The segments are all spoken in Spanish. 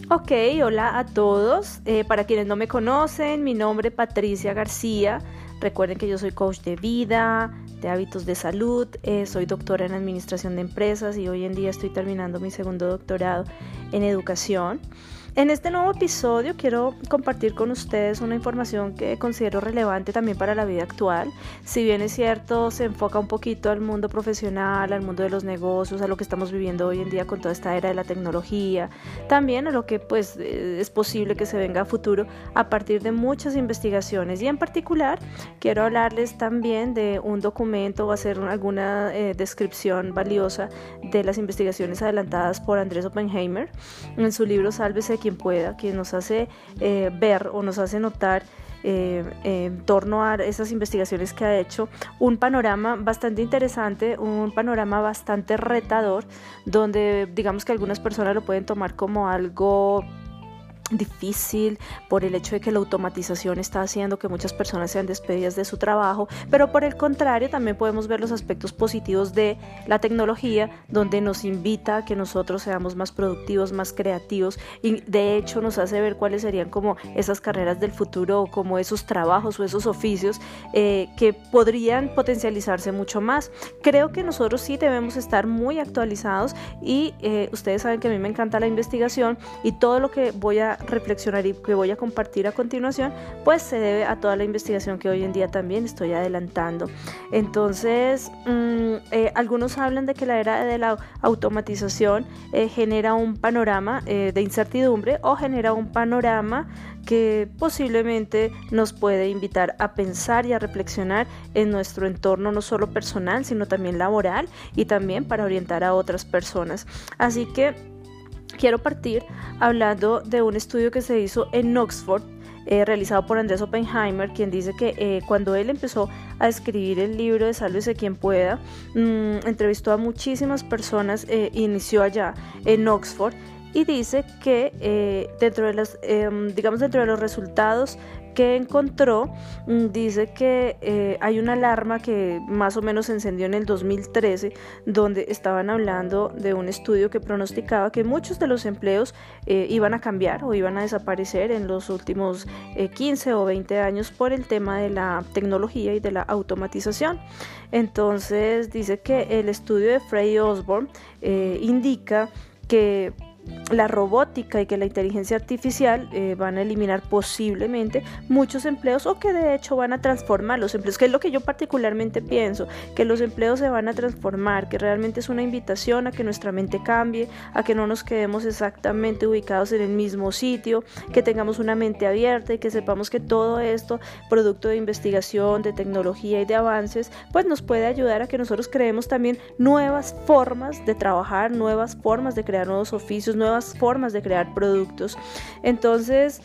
Ok, hola a todos. Para quienes no me conocen, mi nombre es Patricia García. Recuerden que yo soy coach de vida, de hábitos de salud, soy doctora en administración de empresas y hoy en día estoy terminando mi segundo doctorado en educación. En este nuevo episodio quiero compartir con ustedes una información que considero relevante también para la vida actual. Si bien es cierto, se enfoca un poquito al mundo profesional, al mundo de los negocios, a lo que estamos viviendo hoy en día con toda esta era de la tecnología, también a lo que es posible que se venga a futuro a partir de muchas investigaciones. Y en particular quiero hablarles también de un documento o hacer alguna descripción valiosa de las investigaciones adelantadas por Andrés Oppenheimer en su libro Sálvese quien pueda, que nos hace ver o nos hace notar en torno a esas investigaciones que ha hecho un panorama bastante interesante, un panorama bastante retador, donde digamos que algunas personas lo pueden tomar como algo difícil por el hecho de que la automatización está haciendo que muchas personas sean despedidas de su trabajo, pero por el contrario también podemos ver los aspectos positivos de la tecnología, donde nos invita a que nosotros seamos más productivos, más creativos, y de hecho nos hace ver cuáles serían como esas carreras del futuro o como esos trabajos o esos oficios que podrían potencializarse mucho más. Creo que nosotros sí debemos estar muy actualizados y ustedes saben que a mí me encanta la investigación y todo lo que voy a reflexionar y que voy a compartir a continuación pues se debe a toda la investigación que hoy en día también estoy adelantando. Entonces algunos hablan de que la era de la automatización genera un panorama de incertidumbre o genera un panorama que posiblemente nos puede invitar a pensar y a reflexionar en nuestro entorno no solo personal sino también laboral y también para orientar a otras personas. Así que quiero partir hablando de un estudio que se hizo en Oxford, realizado por Andrés Oppenheimer, quien dice que cuando él empezó a escribir el libro de Sálvese quien pueda, entrevistó a muchísimas personas, inició allá en Oxford, y dice que dentro de los resultados que encontró, dice que hay una alarma que más o menos se encendió en el 2013, donde estaban hablando de un estudio que pronosticaba que muchos de los empleos iban a cambiar o iban a desaparecer en los últimos 15 o 20 años por el tema de la tecnología y de la automatización. Entonces dice que el estudio de Frey y Osborne indica que la robótica y que la inteligencia artificial van a eliminar posiblemente muchos empleos o que de hecho van a transformar los empleos, que es lo que yo particularmente pienso, que los empleos se van a transformar, que realmente es una invitación a que nuestra mente cambie, a que no nos quedemos exactamente ubicados en el mismo sitio, que tengamos una mente abierta y que sepamos que todo esto, producto de investigación, de tecnología y de avances, pues nos puede ayudar a que nosotros creemos también nuevas formas de trabajar, nuevas formas de crear nuevos oficios, nuevas formas de crear productos. Entonces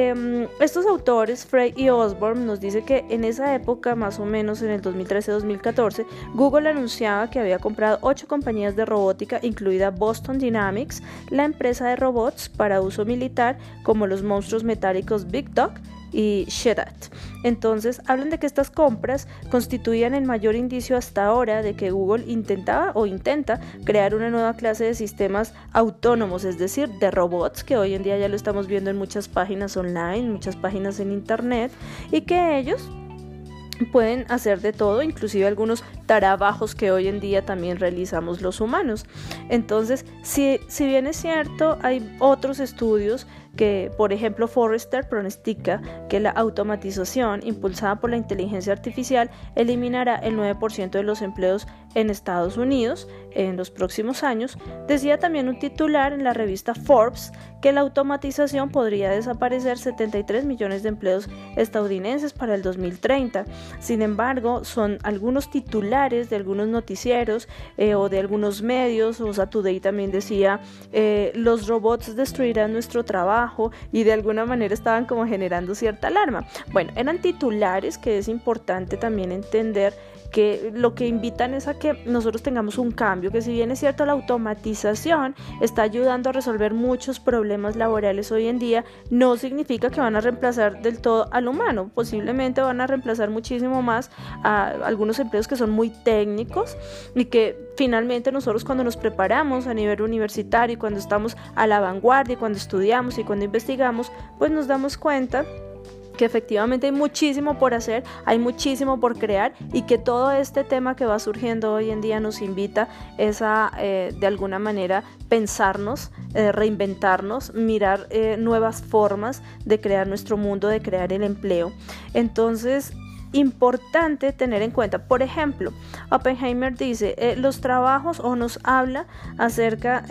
estos autores, Frey y Osborne, nos dice que en esa época, más o menos en el 2013-2014, Google anunciaba que había comprado 8 compañías de robótica, incluida Boston Dynamics, la empresa de robots para uso militar como los monstruos metálicos Big Dog y Shedat. Entonces hablan de que estas compras constituían el mayor indicio hasta ahora de que Google intentaba o intenta crear una nueva clase de sistemas autónomos, es decir, de robots, que hoy en día ya lo estamos viendo en muchas páginas online, muchas páginas en internet, y que ellos pueden hacer de todo, inclusive algunos trabajos que hoy en día también realizamos los humanos. Entonces, si bien es cierto, hay otros estudios que, por ejemplo, Forrester pronostica que la automatización impulsada por la inteligencia artificial eliminará el 9% de los empleos en Estados Unidos en los próximos años. Decía también un titular en la revista Forbes que la automatización podría desaparecer 73 millones de empleos estadounidenses para el 2030. Sin embargo, son algunos titulares de algunos noticieros o de algunos medios, o sea, Today también decía, los robots destruirán nuestro trabajo, y de alguna manera estaban como generando cierta alarma. Bueno, eran titulares que es importante también entender que lo que invitan es a que nosotros tengamos un cambio, que si bien es cierto la automatización está ayudando a resolver muchos problemas laborales hoy en día, no significa que van a reemplazar del todo al humano. Posiblemente van a reemplazar muchísimo más a algunos empleos que son muy técnicos y que finalmente nosotros cuando nos preparamos a nivel universitario y cuando estamos a la vanguardia, cuando estudiamos y cuando investigamos, pues nos damos cuenta que efectivamente hay muchísimo por hacer, hay muchísimo por crear y que todo este tema que va surgiendo hoy en día nos invita a de alguna manera pensarnos, reinventarnos, mirar nuevas formas de crear nuestro mundo, de crear el empleo. Entonces, importante tener en cuenta, por ejemplo, Oppenheimer dice los trabajos, o nos habla acerca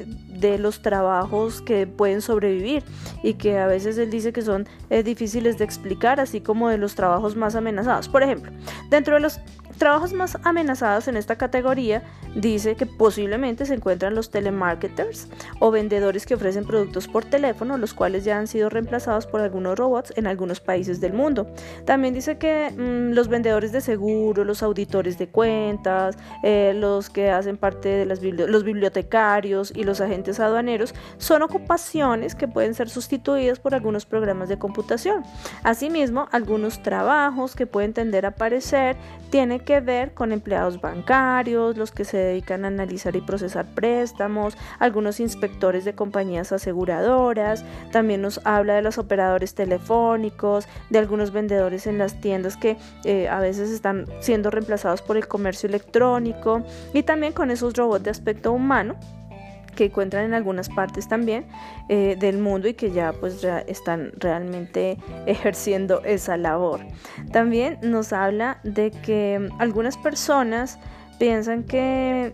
de los trabajos que pueden sobrevivir y que a veces él dice que son difíciles de explicar, así como de los trabajos más amenazados. Por ejemplo, dentro de los trabajos más amenazados en esta categoría, dice que posiblemente se encuentran los telemarketers o vendedores que ofrecen productos por teléfono, los cuales ya han sido reemplazados por algunos robots en algunos países del mundo. También dice que los vendedores de seguro, los auditores de cuentas, los que hacen parte de los bibliotecarios y los agentes aduaneros son ocupaciones que pueden ser sustituidas por algunos programas de computación. Asimismo, algunos trabajos que pueden tender a aparecer tienen que ver con empleados bancarios, los que se dedican a analizar y procesar préstamos, algunos inspectores de compañías aseguradoras. También nos habla de los operadores telefónicos, de algunos vendedores en las tiendas que a veces están siendo reemplazados por el comercio electrónico, y también con esos robots de aspecto humano que encuentran en algunas partes también del mundo y que ya pues ya están realmente ejerciendo esa labor. También nos habla de que algunas personas piensan que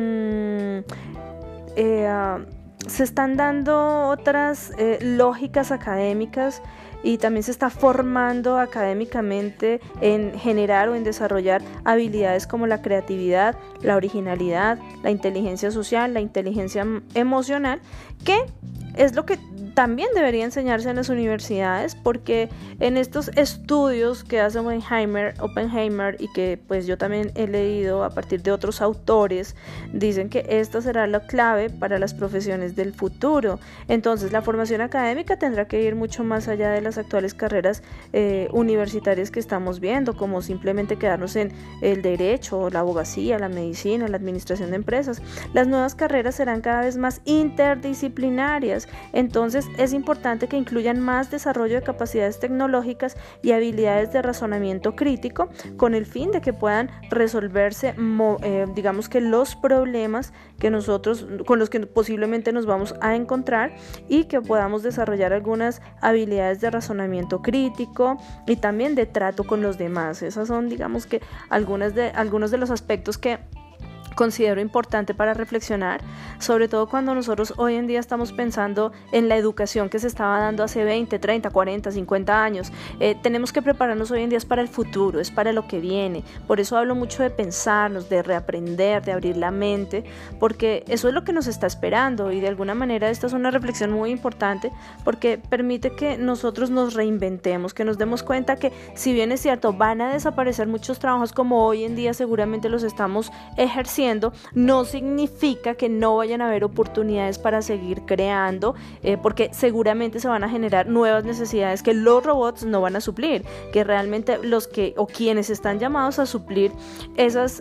se están dando otras lógicas académicas y también se está formando académicamente en generar o en desarrollar habilidades como la creatividad, la originalidad, la inteligencia social, la inteligencia emocional, que es lo que también debería enseñarse en las universidades, porque en estos estudios que hace Oppenheimer y que pues yo también he leído a partir de otros autores, dicen que esta será la clave para las profesiones del futuro. Entonces la formación académica tendrá que ir mucho más allá de las actuales carreras universitarias que estamos viendo, como simplemente quedarnos en el derecho, la abogacía, la medicina, la administración de empresas. Las nuevas carreras serán cada vez más interdisciplinarias, entonces es importante que incluyan más desarrollo de capacidades tecnológicas y habilidades de razonamiento crítico, con el fin de que puedan resolverse, digamos que los problemas que con los que posiblemente nos vamos a encontrar, y que podamos desarrollar algunas habilidades de razonamiento crítico y también de trato con los demás. Esas son, digamos que, algunos de los aspectos que considero importante para reflexionar, sobre todo cuando nosotros hoy en día estamos pensando en la educación que se estaba dando hace 20, 30, 40, 50 años. Tenemos que prepararnos hoy en día, es para el futuro, es para lo que viene. Por eso hablo mucho de pensarnos, de reaprender, de abrir la mente, porque eso es lo que nos está esperando, y de alguna manera esta es una reflexión muy importante porque permite que nosotros nos reinventemos, que nos demos cuenta que si bien es cierto van a desaparecer muchos trabajos como hoy en día seguramente los estamos ejerciendo, no significa que no vayan a haber oportunidades para seguir creando, porque seguramente se van a generar nuevas necesidades que los robots no van a suplir, que realmente quienes están llamados a suplir esas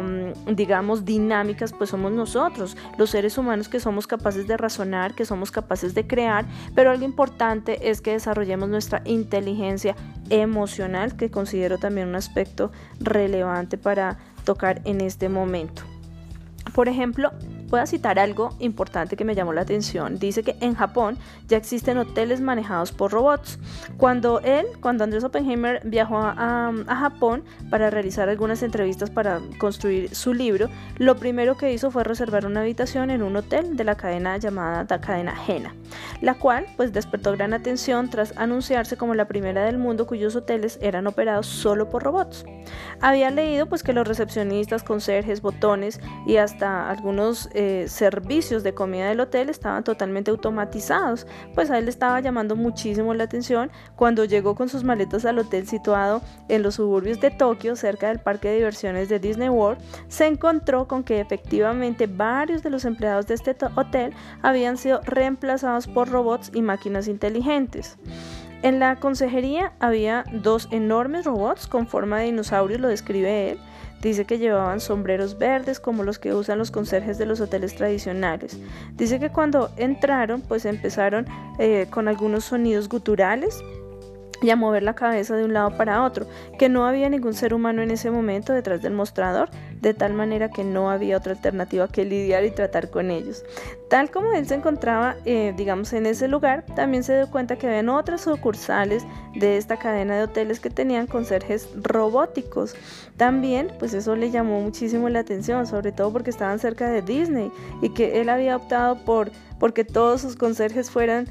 digamos dinámicas pues somos nosotros, los seres humanos, que somos capaces de razonar, que somos capaces de crear, pero algo importante es que desarrollemos nuestra inteligencia emocional, que considero también un aspecto relevante para tocar en este momento. Por ejemplo, voy a citar algo importante que me llamó la atención. Dice que en Japón ya existen hoteles manejados por robots. Cuando Andrés Oppenheimer viajó a Japón para realizar algunas entrevistas para construir su libro, lo primero que hizo fue reservar una habitación en un hotel de la cadena llamada la cadena Hena, la cual pues despertó gran atención tras anunciarse como la primera del mundo cuyos hoteles eran operados solo por robots. Había leído pues que los recepcionistas, conserjes, botones y hasta algunos servicios de comida del hotel estaban totalmente automatizados. Pues a él le estaba llamando muchísimo la atención cuando llegó con sus maletas al hotel situado en los suburbios de Tokio, cerca del parque de diversiones de Disney World. Se encontró con que efectivamente varios de los empleados de este hotel habían sido reemplazados por robots y máquinas inteligentes. En la consejería había 2 enormes robots con forma de dinosaurio, lo describe él. Dice que llevaban sombreros verdes como los que usan los conserjes de los hoteles tradicionales. Dice que cuando entraron, pues empezaron con algunos sonidos guturales y a mover la cabeza de un lado para otro, que no había ningún ser humano en ese momento detrás del mostrador, de tal manera que no había otra alternativa que lidiar y tratar con ellos. Tal como él se encontraba, en ese lugar, también se dio cuenta que habían otras sucursales de esta cadena de hoteles que tenían conserjes robóticos. También, pues eso le llamó muchísimo la atención, sobre todo porque estaban cerca de Disney y que él había optado porque todos sus conserjes fueran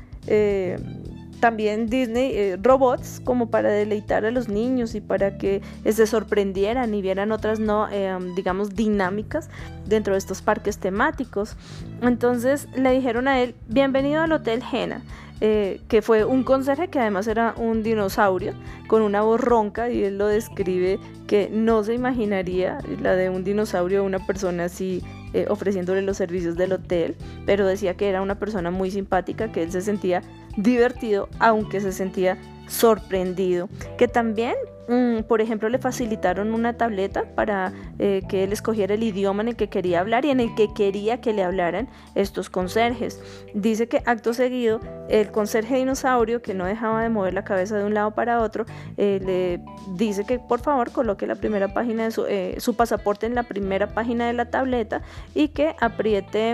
también Disney robots, como para deleitar a los niños y para que se sorprendieran y vieran otras dinámicas dentro de estos parques temáticos. Entonces le dijeron a él: bienvenido al Hotel Hena, que fue un conserje que además era un dinosaurio con una voz ronca, y él lo describe que no se imaginaría la de un dinosaurio o una persona así ofreciéndole los servicios del hotel, pero decía que era una persona muy simpática, que él se sentía divertido aunque se sentía sorprendido, que también por ejemplo le facilitaron una tableta para que él escogiera el idioma en el que quería hablar y en el que quería que le hablaran estos conserjes. Dice que acto seguido el conserje dinosaurio, que no dejaba de mover la cabeza de un lado para otro, le dice que por favor coloque la primera página de su pasaporte en la primera página de la tableta y que apriete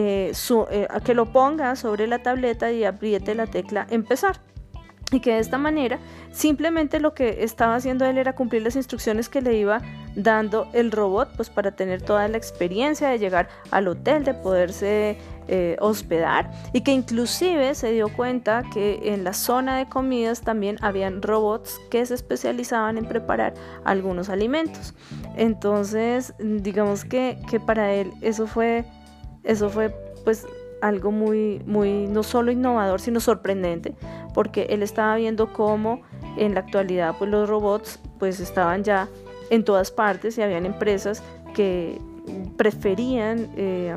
que lo ponga sobre la tableta y apriete la tecla empezar. Y que de esta manera simplemente lo que estaba haciendo él era cumplir las instrucciones que le iba dando el robot, pues para tener toda la experiencia de llegar al hotel, de poderse hospedar, y que inclusive se dio cuenta que en la zona de comidas también habían robots que se especializaban en preparar algunos alimentos. Entonces digamos que para él eso fue pues algo muy, muy no solo innovador, sino sorprendente, porque él estaba viendo cómo en la actualidad pues los robots pues estaban ya en todas partes y habían empresas que preferían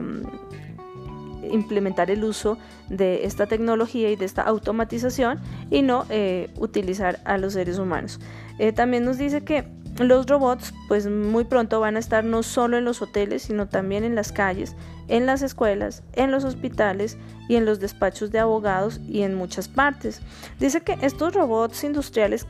implementar el uso de esta tecnología y de esta automatización y no utilizar a los seres humanos. También nos dice que los robots pues muy pronto van a estar no solo en los hoteles, sino también en las calles, en las escuelas, en los hospitales y en los despachos de abogados y en muchas partes. Dice que estos robots industriales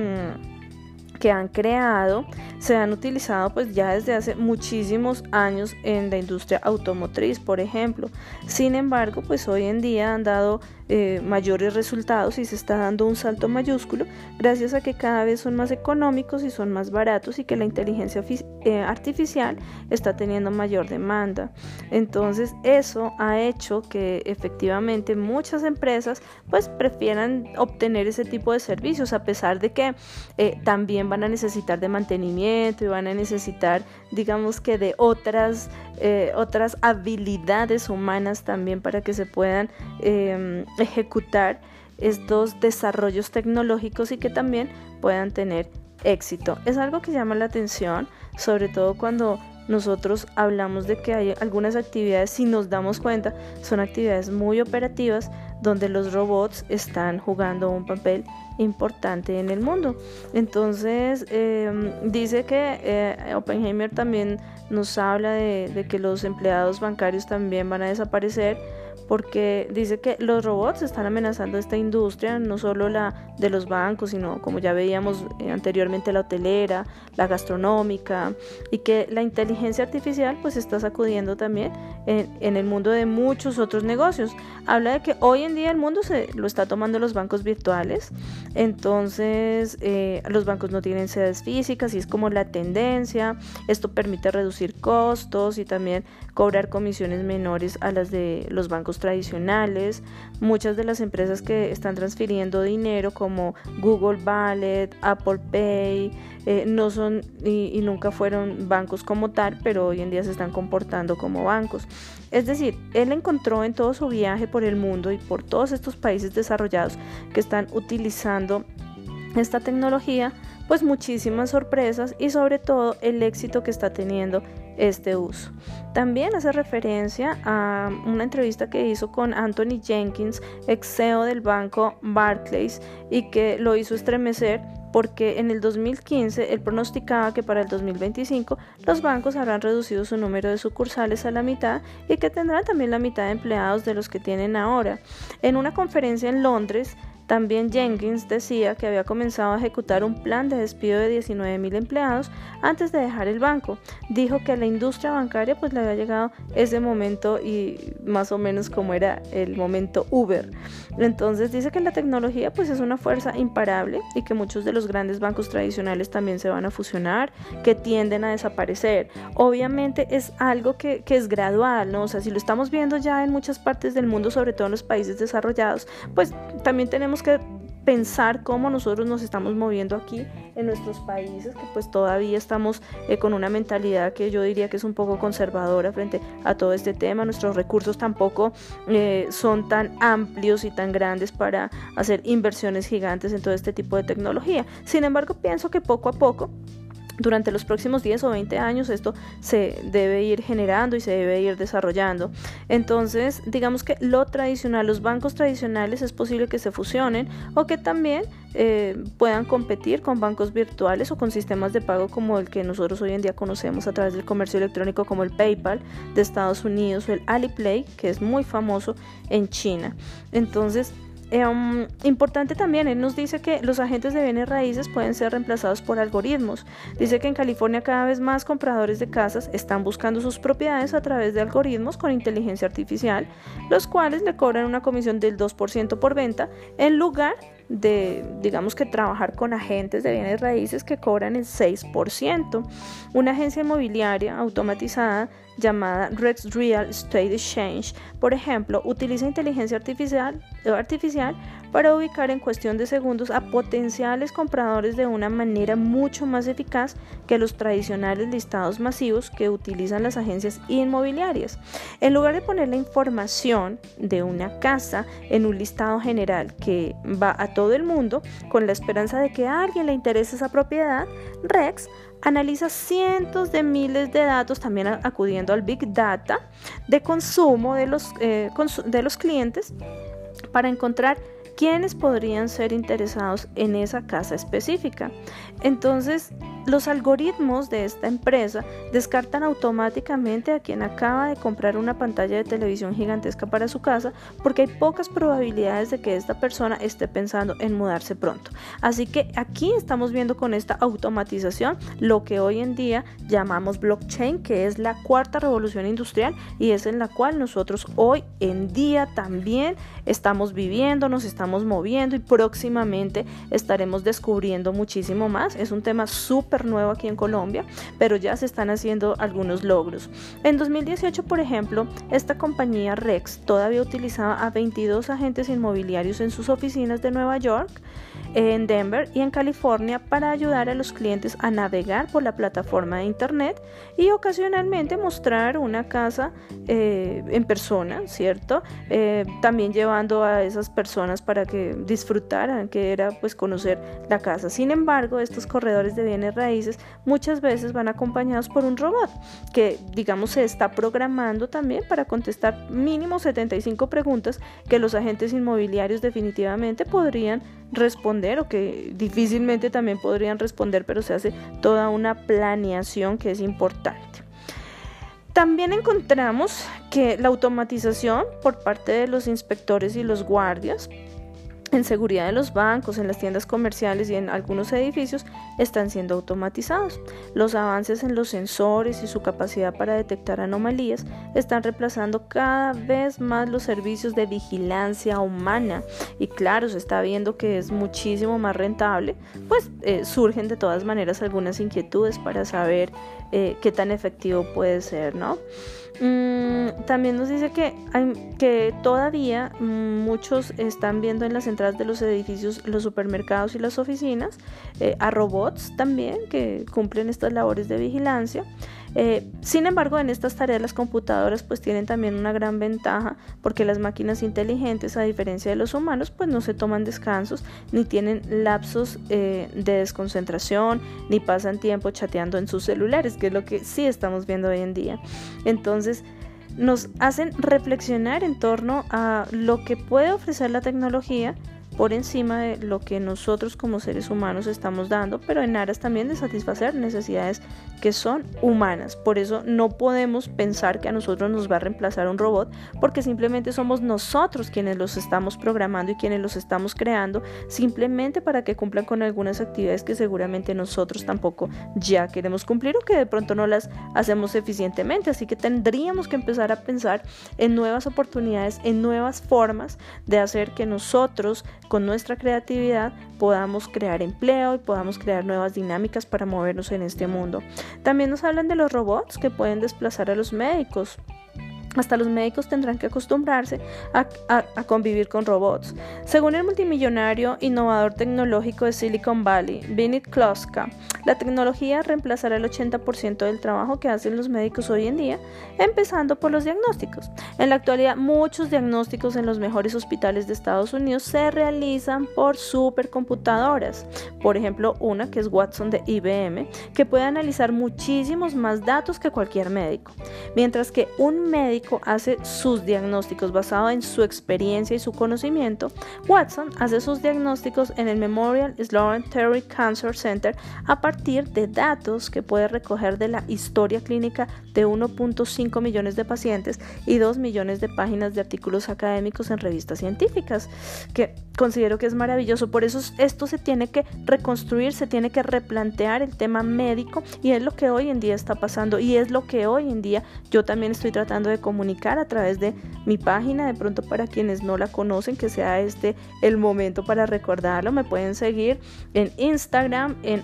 que han creado se han utilizado pues ya desde hace muchísimos años en la industria automotriz, por ejemplo. Sin embargo, pues hoy en día han dado mayores resultados y se está dando un salto mayúsculo gracias a que cada vez son más económicos y son más baratos y que la inteligencia artificial está teniendo mayor demanda. Entonces eso ha hecho que efectivamente muchas empresas pues prefieran obtener ese tipo de servicios, a pesar de que también van a necesitar de mantenimiento y van a necesitar, digamos que de otras habilidades humanas también para que se puedan ejecutar estos desarrollos tecnológicos y que también puedan tener éxito. Es algo que llama la atención, sobre todo cuando nosotros hablamos de que hay algunas actividades, si nos damos cuenta, son actividades muy operativas donde los robots están jugando un papel importante en el mundo. Entonces dice que Oppenheimer también nos habla de que los empleados bancarios también van a desaparecer, porque dice que los robots están amenazando esta industria, no solo la de los bancos, sino, como ya veíamos anteriormente, la hotelera, la gastronómica, y que la inteligencia artificial pues está sacudiendo también en el mundo de muchos otros negocios. Habla de que hoy en día el mundo se lo está tomando los bancos virtuales, entonces los bancos no tienen sedes físicas y es como la tendencia. Esto permite reducir reducir costos y también cobrar comisiones menores a las de los bancos tradicionales. Muchas de las empresas que están transfiriendo dinero como Google Wallet, Apple Pay, no son y nunca fueron bancos como tal, pero hoy en día se están comportando como bancos. Es decir, él encontró en todo su viaje por el mundo y por todos estos países desarrollados que están utilizando esta tecnología, pues muchísimas sorpresas y sobre todo el éxito que está teniendo este uso. También hace referencia a una entrevista que hizo con Anthony Jenkins, ex CEO del banco Barclays, y que lo hizo estremecer porque en el 2015 él pronosticaba que para el 2025 los bancos habrán reducido su número de sucursales a la mitad y que tendrán también la mitad de empleados de los que tienen ahora. En una conferencia en Londres, también Jenkins decía que había comenzado a ejecutar un plan de despido de 19,000 empleados antes de dejar el banco. Dijo que a la industria bancaria pues le había llegado ese momento y más o menos como era el momento Uber. Entonces dice que la tecnología pues es una fuerza imparable y que muchos de los grandes bancos tradicionales también se van a fusionar, que tienden a desaparecer. Obviamente es algo que es gradual, ¿no? O sea, si lo estamos viendo ya en muchas partes del mundo, sobre todo en los países desarrollados, pues también tenemos que pensar cómo nosotros nos estamos moviendo aquí en nuestros países, que pues todavía estamos con una mentalidad que yo diría que es un poco conservadora frente a todo este tema. Nuestros recursos tampoco son tan amplios y tan grandes para hacer inversiones gigantes en todo este tipo de tecnología. Sin embargo, pienso que poco a poco, durante los próximos 10 o 20 años esto se debe ir generando y se debe ir desarrollando. Entonces, digamos que lo tradicional, los bancos tradicionales es posible que se fusionen o que también puedan competir con bancos virtuales o con sistemas de pago como el que nosotros hoy en día conocemos a través del comercio electrónico, como el PayPal de Estados Unidos o el Alipay, que es muy famoso en China. Entonces, importante también, él nos dice que los agentes de bienes raíces pueden ser reemplazados por algoritmos. Dice que en California cada vez más compradores de casas están buscando sus propiedades a través de algoritmos con inteligencia artificial, los cuales le cobran una comisión del 2% por venta en lugar de, digamos, que trabajar con agentes de bienes raíces que cobran el 6%. Una agencia inmobiliaria automatizada llamada Rex Real Estate Exchange, por ejemplo, utiliza inteligencia artificial para ubicar en cuestión de segundos a potenciales compradores de una manera mucho más eficaz que los tradicionales listados masivos que utilizan las agencias inmobiliarias. En lugar de poner la información de una casa en un listado general que va a todo el mundo con la esperanza de que a alguien le interese esa propiedad, Rex analiza cientos de miles de datos, también acudiendo al Big Data de consumo de los clientes para encontrar quiénes podrían ser interesados en esa casa específica. Entonces, los algoritmos de esta empresa descartan automáticamente a quien acaba de comprar una pantalla de televisión gigantesca para su casa, porque hay pocas probabilidades de que esta persona esté pensando en mudarse pronto. Así que aquí estamos viendo con esta automatización lo que hoy en día llamamos blockchain, que es la cuarta revolución industrial y es en la cual nosotros hoy en día también estamos viviendo, nos estamos moviendo y próximamente estaremos descubriendo muchísimo más. Es un tema súper nuevo aquí en Colombia, pero ya se están haciendo algunos logros. En 2018, por ejemplo, esta compañía Rex todavía utilizaba a 22 agentes inmobiliarios en sus oficinas de Nueva York, en Denver y en California para ayudar a los clientes a navegar por la plataforma de internet y ocasionalmente mostrar una casa en persona, ¿cierto? También llevando a esas personas para que disfrutaran, que era pues conocer la casa. Sin embargo, estos corredores de bienes raíces muchas veces van acompañados por un robot que, digamos, se está programando también para contestar mínimo 75 preguntas que los agentes inmobiliarios definitivamente podrían responder o que difícilmente también podrían responder, pero se hace toda una planeación que es importante. También encontramos que la automatización por parte de los inspectores y los guardias en seguridad de los bancos, en las tiendas comerciales y en algunos edificios están siendo automatizados. Los avances en los sensores y su capacidad para detectar anomalías están reemplazando cada vez más los servicios de vigilancia humana y claro, se está viendo que es muchísimo más rentable, pues surgen de todas maneras algunas inquietudes para saber qué tan efectivo puede ser, ¿no? También nos dice que todavía muchos están viendo en las entradas de los edificios, los supermercados y las oficinas a robots también que cumplen estas labores de vigilancia. Sin embargo, en estas tareas las computadoras pues tienen también una gran ventaja, porque las máquinas inteligentes, a diferencia de los humanos, pues no se toman descansos ni tienen lapsos de desconcentración, ni pasan tiempo chateando en sus celulares, que es lo que sí estamos viendo hoy en día. Entonces nos hacen reflexionar en torno a lo que puede ofrecer la tecnología por encima de lo que nosotros como seres humanos estamos dando, pero en aras también de satisfacer necesidades que son humanas. Por eso no podemos pensar que a nosotros nos va a reemplazar un robot, porque simplemente somos nosotros quienes los estamos programando y quienes los estamos creando, simplemente para que cumplan con algunas actividades que seguramente nosotros tampoco ya queremos cumplir, o que de pronto no las hacemos eficientemente. Así que tendríamos que empezar a pensar en nuevas oportunidades, en nuevas formas de hacer que nosotros, con nuestra creatividad, podamos crear empleo y podamos crear nuevas dinámicas para movernos en este mundo. También nos hablan de los robots que pueden desplazar a los médicos. Hasta los médicos tendrán que acostumbrarse a convivir con robots. Según el multimillonario innovador tecnológico de Silicon Valley, Vinod Kloska, la tecnología reemplazará el 80% del trabajo que hacen los médicos hoy en día, empezando por los diagnósticos. En la actualidad, muchos diagnósticos en los mejores hospitales de Estados Unidos se realizan por supercomputadoras. Por ejemplo, una que es Watson de IBM, que puede analizar muchísimos más datos que cualquier médico. Mientras que un médico hace sus diagnósticos basado en su experiencia y su conocimiento, Watson hace sus diagnósticos en el Memorial Sloan Kettering Cancer Center a partir de datos que puede recoger de la historia clínica de 1.5 millones de pacientes y 2 millones de páginas de artículos académicos en revistas científicas, que considero que es maravilloso. Por eso esto se tiene que reconstruir, se tiene que replantear el tema médico, y es lo que hoy en día está pasando, y es lo que hoy en día yo también estoy tratando de comunicar a través de mi página. De pronto, para quienes no la conocen, que sea este el momento para recordarlo. Me pueden seguir en Instagram en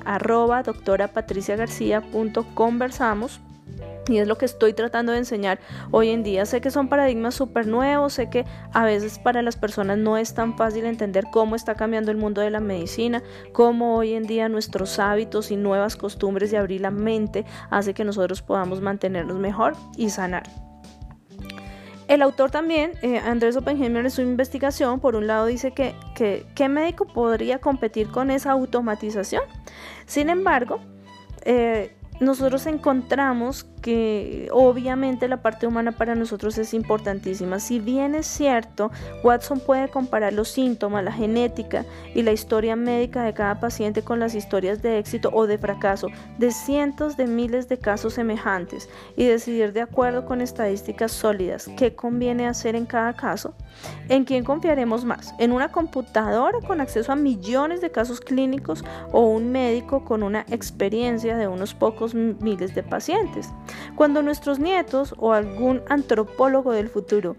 @doctorapatriciagarcia.conversamos. Y es lo que estoy tratando de enseñar hoy en día. Sé que son paradigmas súper nuevos, sé que a veces para las personas no es tan fácil entender cómo está cambiando el mundo de la medicina, cómo hoy en día nuestros hábitos y nuevas costumbres de abrir la mente hace que nosotros podamos mantenernos mejor y sanar. El autor también, Andrés Oppenheimer, en su investigación, por un lado dice que ¿qué médico podría competir con esa automatización? Sin embargo, nosotros encontramos que obviamente la parte humana para nosotros es importantísima. Si bien es cierto, Watson puede comparar los síntomas, la genética y la historia médica de cada paciente con las historias de éxito o de fracaso de cientos de miles de casos semejantes y decidir de acuerdo con estadísticas sólidas qué conviene hacer en cada caso, ¿en quién confiaremos más? ¿En una computadora con acceso a millones de casos clínicos o un médico con una experiencia de unos pocos miles de pacientes? Cuando nuestros nietos o algún antropólogo del futuro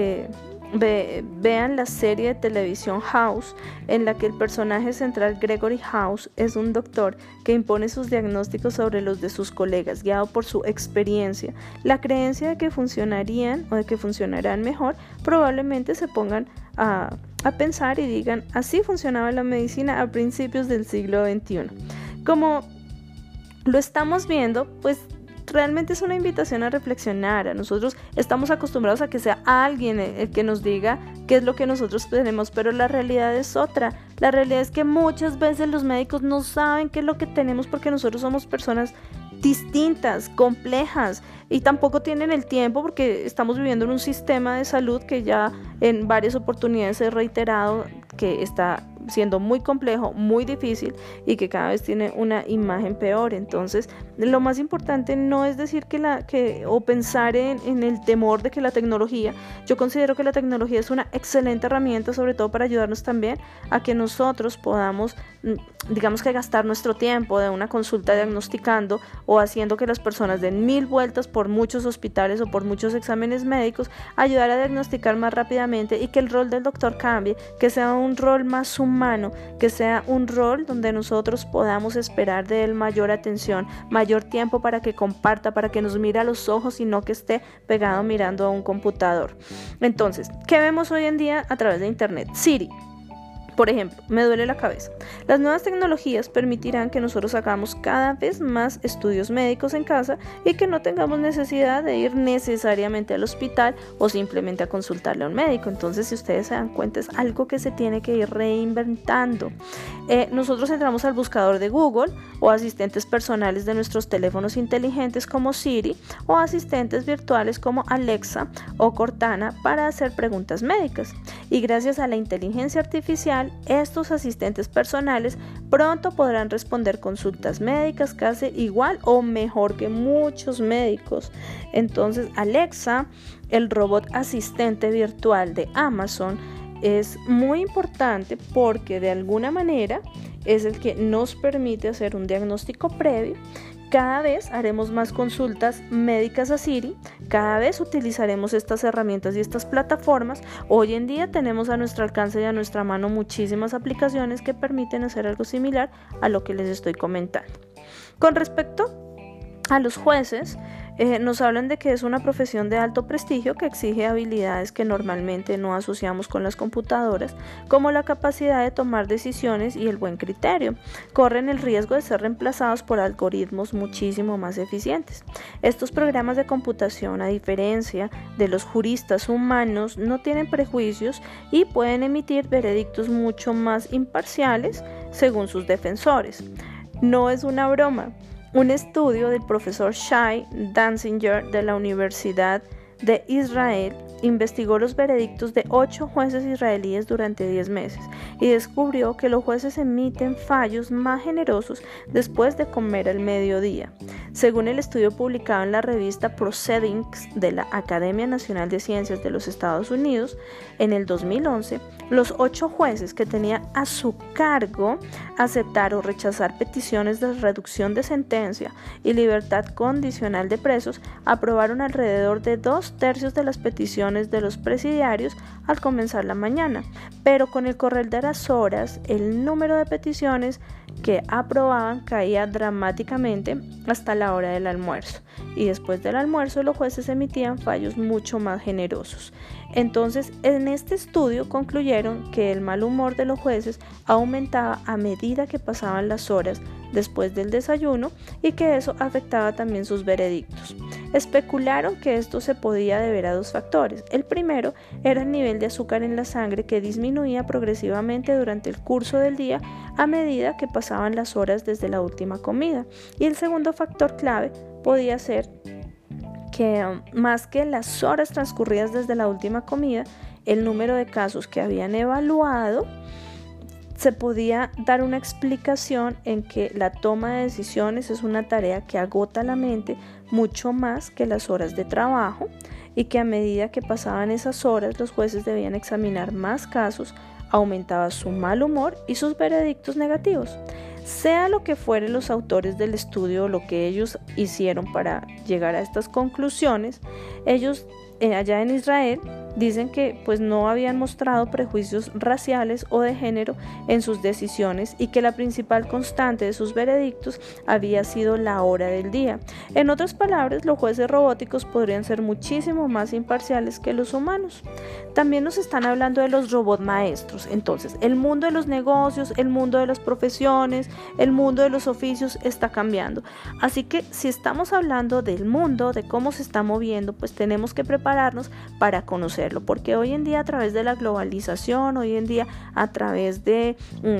vean la serie de televisión House, en la que el personaje central, Gregory House, es un doctor que impone sus diagnósticos sobre los de sus colegas, guiado por su experiencia, la creencia de que funcionarían o de que funcionarán mejor, probablemente se pongan a pensar y digan: así funcionaba la medicina a principios del siglo XXI. Como lo estamos viendo, pues realmente es una invitación a reflexionar. A nosotros estamos acostumbrados a que sea alguien el que nos diga qué es lo que nosotros tenemos, pero la realidad es otra. La realidad es que muchas veces los médicos no saben qué es lo que tenemos, porque nosotros somos personas distintas, complejas, y tampoco tienen el tiempo, porque estamos viviendo en un sistema de salud que ya en varias oportunidades he reiterado que está siendo muy complejo, muy difícil, y que cada vez tiene una imagen peor. Entonces, lo más importante no es decir o pensar en el temor de que la tecnología, yo considero que la tecnología es una excelente herramienta, sobre todo para ayudarnos también a que nosotros podamos, digamos que gastar nuestro tiempo de una consulta diagnosticando o haciendo que las personas den 1000 vueltas por muchos hospitales o por muchos exámenes médicos, ayudar a diagnosticar más rápidamente, y que el rol del doctor cambie, que sea un rol más humano, humano, que sea un rol donde nosotros podamos esperar de él mayor atención, mayor tiempo para que comparta, para que nos mire a los ojos y no que esté pegado mirando a un computador. Entonces, ¿qué vemos hoy en día a través de Internet? Siri. Por ejemplo, me duele la cabeza. Las nuevas tecnologías permitirán que nosotros hagamos cada vez más estudios médicos en casa y que no tengamos necesidad de ir necesariamente al hospital o simplemente a consultarle a un médico. Entonces, si ustedes se dan cuenta, es algo que se tiene que ir reinventando. Nosotros entramos al buscador de Google o asistentes personales de nuestros teléfonos inteligentes como Siri o asistentes virtuales como Alexa o Cortana para hacer preguntas médicas. Y gracias a la inteligencia artificial, estos asistentes personales pronto podrán responder consultas médicas casi igual o mejor que muchos médicos. Entonces, Alexa, el robot asistente virtual de Amazon, es muy importante porque de alguna manera es el que nos permite hacer un diagnóstico previo. Cada vez haremos más consultas médicas a Siri, cada vez utilizaremos estas herramientas y estas plataformas. Hoy en día tenemos a nuestro alcance y a nuestra mano muchísimas aplicaciones que permiten hacer algo similar a lo que les estoy comentando. Con respecto a los jueces, nos hablan de que es una profesión de alto prestigio que exige habilidades que normalmente no asociamos con las computadoras, como la capacidad de tomar decisiones y el buen criterio. Corren el riesgo de ser reemplazados por algoritmos muchísimo más eficientes. Estos programas de computación, a diferencia de los juristas humanos, no tienen prejuicios y pueden emitir veredictos mucho más imparciales según sus defensores. No es una broma. Un estudio del profesor Shai Danziger de la Universidad de Israel investigó los veredictos de 8 jueces israelíes durante 10 meses y descubrió que los jueces emiten fallos más generosos después de comer al mediodía. Según el estudio publicado en la revista Proceedings de la Academia Nacional de Ciencias de los Estados Unidos, en el 2011, los 8 jueces que tenía a su cargo aceptar o rechazar peticiones de reducción de sentencia y libertad condicional de presos aprobaron alrededor de 2/3 de las peticiones de los presidiarios al comenzar la mañana, pero con el correr de las horas, el número de peticiones que aprobaban caía dramáticamente hasta la hora del almuerzo, y después del almuerzo los jueces emitían fallos mucho más generosos. Entonces, en este estudio concluyeron que el mal humor de los jueces aumentaba a medida que pasaban las horas después del desayuno y que eso afectaba también sus veredictos. Especularon que esto se podía deber a 2 factores. El primero era el nivel de azúcar en la sangre, que disminuía progresivamente durante el curso del día a medida que pasaban las horas desde la última comida. Y el segundo factor clave podía ser que más que las horas transcurridas desde la última comida, el número de casos que habían evaluado, se podía dar una explicación en que la toma de decisiones es una tarea que agota la mente mucho más que las horas de trabajo, y que a medida que pasaban esas horas los jueces debían examinar más casos, aumentaba su mal humor y sus veredictos negativos. Sea lo que fueren los autores del estudio o lo que ellos hicieron para llegar a estas conclusiones, ellos allá en Israel dicen que pues no habían mostrado prejuicios raciales o de género en sus decisiones y que la principal constante de sus veredictos había sido la hora del día. En otras palabras, los jueces robóticos podrían ser muchísimo más imparciales que los humanos. También nos están hablando de los robots maestros. Entonces, el mundo de los negocios, el mundo de las profesiones, el mundo de los oficios está cambiando. Así que si estamos hablando del mundo, de cómo se está moviendo, pues tenemos que prepararnos para conocerlo, porque hoy en día a través de la globalización, hoy en día a través de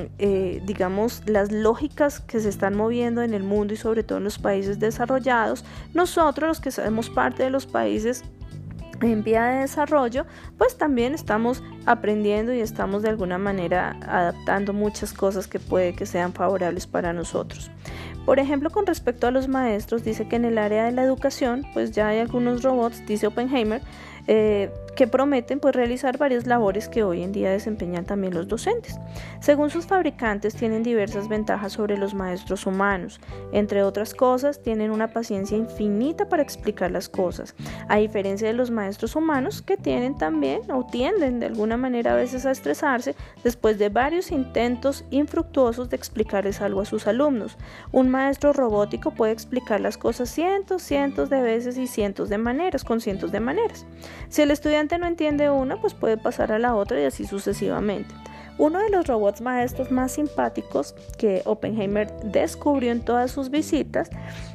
digamos las lógicas que se están moviendo en el mundo y sobre todo en los países desarrollados, nosotros los que somos parte de los países en vía de desarrollo, pues también estamos aprendiendo y estamos de alguna manera adaptando muchas cosas que puede que sean favorables para nosotros. Por ejemplo, con respecto a los maestros, dice que en el área de la educación, pues ya hay algunos robots, dice Oppenheimer, que prometen pues realizar varias labores que hoy en día desempeñan también los docentes. Según sus fabricantes, tienen diversas ventajas sobre los maestros humanos. Entre otras cosas, tienen una paciencia infinita para explicar las cosas, a diferencia de los maestros humanos que tienen también o tienden de alguna alguna manera a veces a estresarse después de varios intentos infructuosos de explicarles algo a sus alumnos. Un maestro robótico puede explicar las cosas cientos de veces y cientos de maneras, con cientos de maneras. Si el estudiante no entiende una, pues puede pasar a la otra y así sucesivamente. Uno de los robots maestros más simpáticos que Oppenheimer descubrió en todas sus visitas,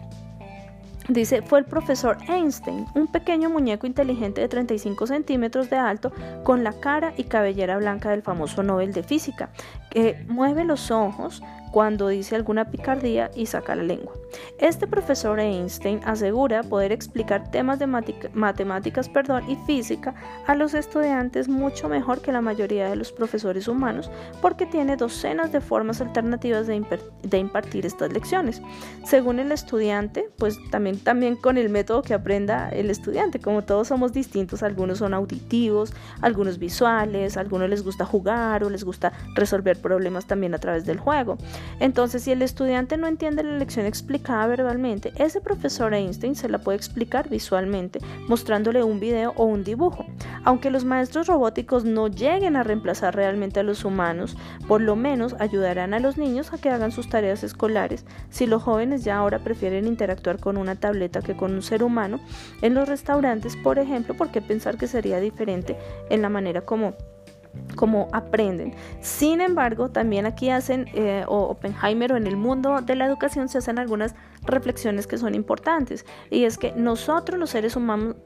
dice, fue el profesor Einstein, un pequeño muñeco inteligente de 35 centímetros de alto con la cara y cabellera blanca del famoso Nobel de Física, que mueve los ojos cuando dice alguna picardía y saca la lengua. Este profesor Einstein asegura poder explicar temas de matemáticas y física a los estudiantes mucho mejor que la mayoría de los profesores humanos porque tiene docenas de formas alternativas de impartir estas lecciones. Según el estudiante, pues también con el método que aprenda el estudiante, como todos somos distintos, algunos son auditivos, algunos visuales, a algunos les gusta jugar o les gusta resolver problemas también a través del juego. Entonces, si el estudiante no entiende la lección explicada verbalmente, ese profesor Einstein se la puede explicar visualmente, mostrándole un video o un dibujo. Aunque los maestros robóticos no lleguen a reemplazar realmente a los humanos, por lo menos ayudarán a los niños a que hagan sus tareas escolares. Si los jóvenes ya ahora prefieren interactuar con una tableta que con un ser humano, en los restaurantes, por ejemplo, ¿por qué pensar que sería diferente en la manera como aprenden? Sin embargo, también aquí hacen, Oppenheimer o en el mundo de la educación se hacen algunas reflexiones que son importantes, y es que nosotros los seres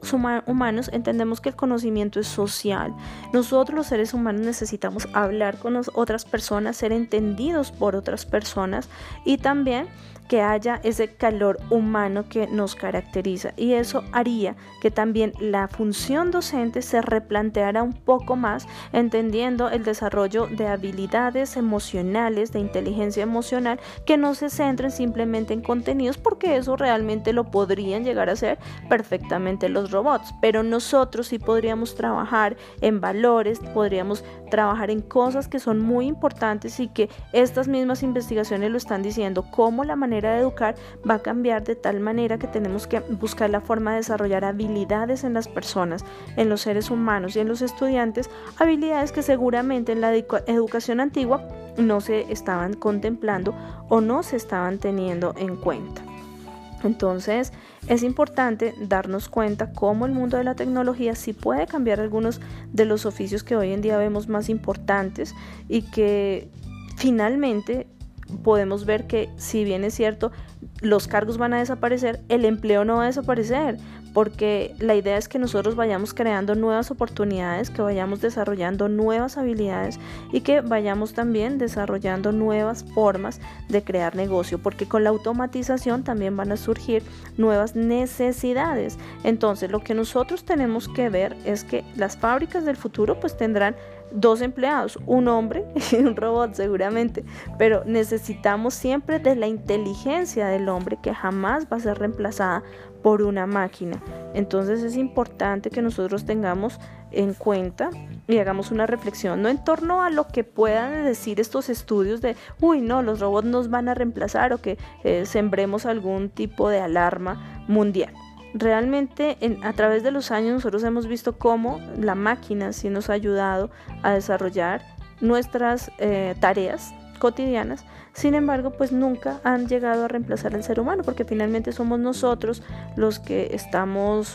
humanos entendemos que el conocimiento es social. Nosotros los seres humanos necesitamos hablar con otras personas, ser entendidos por otras personas y también que haya ese calor humano que nos caracteriza, y eso haría que también la función docente se replanteara un poco más, entendiendo el desarrollo de habilidades emocionales, de inteligencia emocional, que no se centren simplemente en contenidos, porque eso realmente lo podrían llegar a hacer perfectamente los robots, pero nosotros sí podríamos trabajar en valores, podríamos trabajar en cosas que son muy importantes y que estas mismas investigaciones lo están diciendo, cómo la manera de educar va a cambiar de tal manera que tenemos que buscar la forma de desarrollar habilidades en las personas, en los seres humanos y en los estudiantes, habilidades que seguramente en la educación antigua no se estaban contemplando o no se estaban teniendo en cuenta. Entonces, es importante darnos cuenta cómo el mundo de la tecnología sí puede cambiar algunos de los oficios que hoy en día vemos más importantes, y que finalmente podemos ver que, si bien es cierto, los cargos van a desaparecer, el empleo no va a desaparecer, porque la idea es que nosotros vayamos creando nuevas oportunidades, que vayamos desarrollando nuevas habilidades y que vayamos también desarrollando nuevas formas de crear negocio, porque con la automatización también van a surgir nuevas necesidades. Entonces, lo que nosotros tenemos que ver es que las fábricas del futuro pues tendrán 2 empleados, un hombre y un robot seguramente, pero necesitamos siempre de la inteligencia del hombre, que jamás va a ser reemplazada por una máquina. Entonces es importante que nosotros tengamos en cuenta y hagamos una reflexión, no en torno a lo que puedan decir estos estudios de no, los robots nos van a reemplazar, o que sembremos algún tipo de alarma mundial. Realmente a través de los años nosotros hemos visto cómo la máquina sí nos ha ayudado a desarrollar nuestras tareas cotidianas. Sin embargo, pues nunca han llegado a reemplazar al ser humano, porque finalmente somos nosotros los que estamos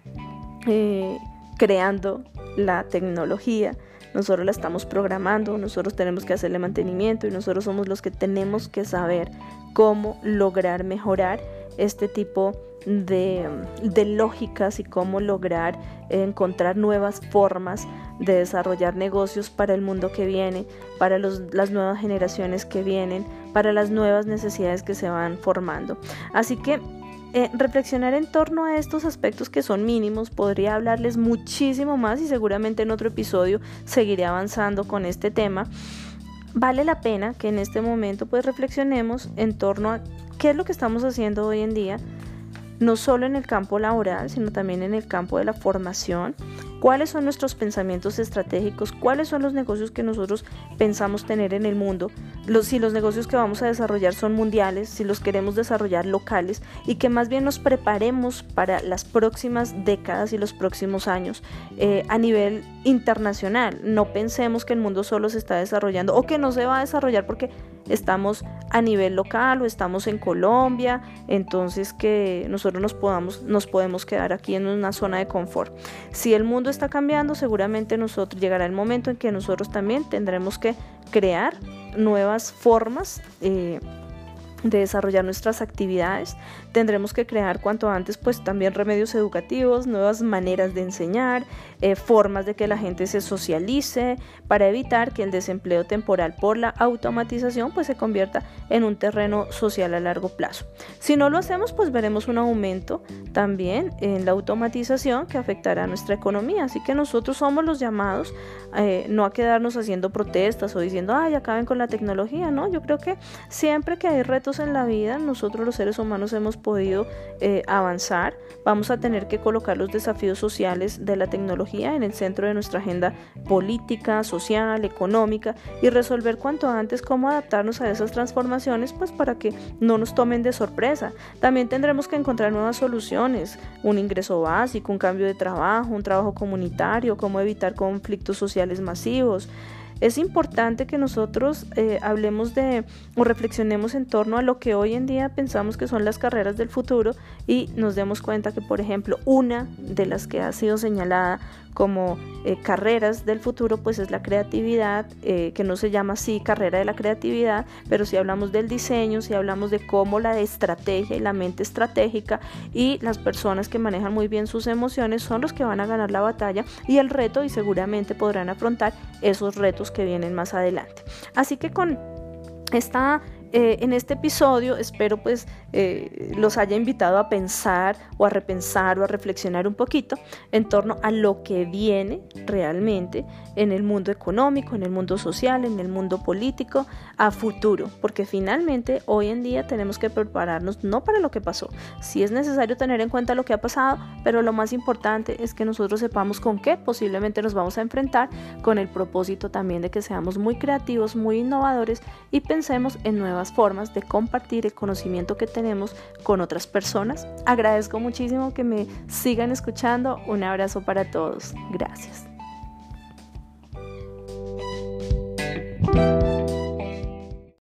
creando la tecnología, nosotros la estamos programando, nosotros tenemos que hacerle mantenimiento y nosotros somos los que tenemos que saber cómo lograr mejorar este tipo de lógicas y cómo lograr encontrar nuevas formas de desarrollar negocios para el mundo que viene, para las nuevas generaciones que vienen, para las nuevas necesidades que se van formando. Así que reflexionar en torno a estos aspectos que son mínimos, podría hablarles muchísimo más y seguramente en otro episodio seguiré avanzando con este tema. Vale la pena que en este momento pues reflexionemos en torno a qué es lo que estamos haciendo hoy en día, no solo en el campo laboral, sino también en el campo de la formación, cuáles son nuestros pensamientos estratégicos, cuáles son los negocios que nosotros pensamos tener en el mundo, si los negocios que vamos a desarrollar son mundiales, si los queremos desarrollar locales, y que más bien nos preparemos para las próximas décadas y los próximos años a nivel internacional. No pensemos que el mundo solo se está desarrollando o que no se va a desarrollar porque estamos a nivel local o estamos en Colombia, entonces que nosotros nos podemos quedar aquí en una zona de confort. Si el mundo está cambiando, seguramente llegará el momento en que nosotros también tendremos que crear nuevas formas de desarrollar nuestras actividades. Tendremos que crear cuanto antes pues también remedios educativos, nuevas maneras de enseñar, formas de que la gente se socialice para evitar que el desempleo temporal por la automatización pues se convierta en un terreno social a largo plazo. Si no lo hacemos, pues veremos un aumento también en la automatización que afectará a nuestra economía, así que nosotros somos los llamados no a quedarnos haciendo protestas o diciendo ay, acaben con la tecnología, no, yo creo que siempre que hay retos en la vida, nosotros los seres humanos hemos podido avanzar. Vamos a tener que colocar los desafíos sociales de la tecnología en el centro de nuestra agenda política, social, económica, y resolver cuanto antes cómo adaptarnos a esas transformaciones, pues para que no nos tomen de sorpresa. También tendremos que encontrar nuevas soluciones, un ingreso básico, un cambio de trabajo, un trabajo comunitario, cómo evitar conflictos sociales masivos. Es importante que nosotros hablemos o reflexionemos en torno a lo que hoy en día pensamos que son las carreras del futuro y nos demos cuenta que, por ejemplo, una de las que ha sido señalada como carreras del futuro pues es la creatividad, que no se llama así carrera de la creatividad, pero si hablamos del diseño, si hablamos de cómo la estrategia y la mente estratégica y las personas que manejan muy bien sus emociones son los que van a ganar la batalla y el reto, y seguramente podrán afrontar esos retos que vienen más adelante. Así que en este episodio espero pues los haya invitado a pensar o a repensar o a reflexionar un poquito en torno a lo que viene realmente en el mundo económico, en el mundo social, en el mundo político a futuro, porque finalmente hoy en día tenemos que prepararnos no para lo que pasó. Sí es necesario tener en cuenta lo que ha pasado, pero lo más importante es que nosotros sepamos con qué posiblemente nos vamos a enfrentar, con el propósito también de que seamos muy creativos, muy innovadores y pensemos en nuevas formas de compartir el conocimiento que tenemos con otras personas. Agradezco muchísimo que me sigan escuchando. Un abrazo para todos. Gracias.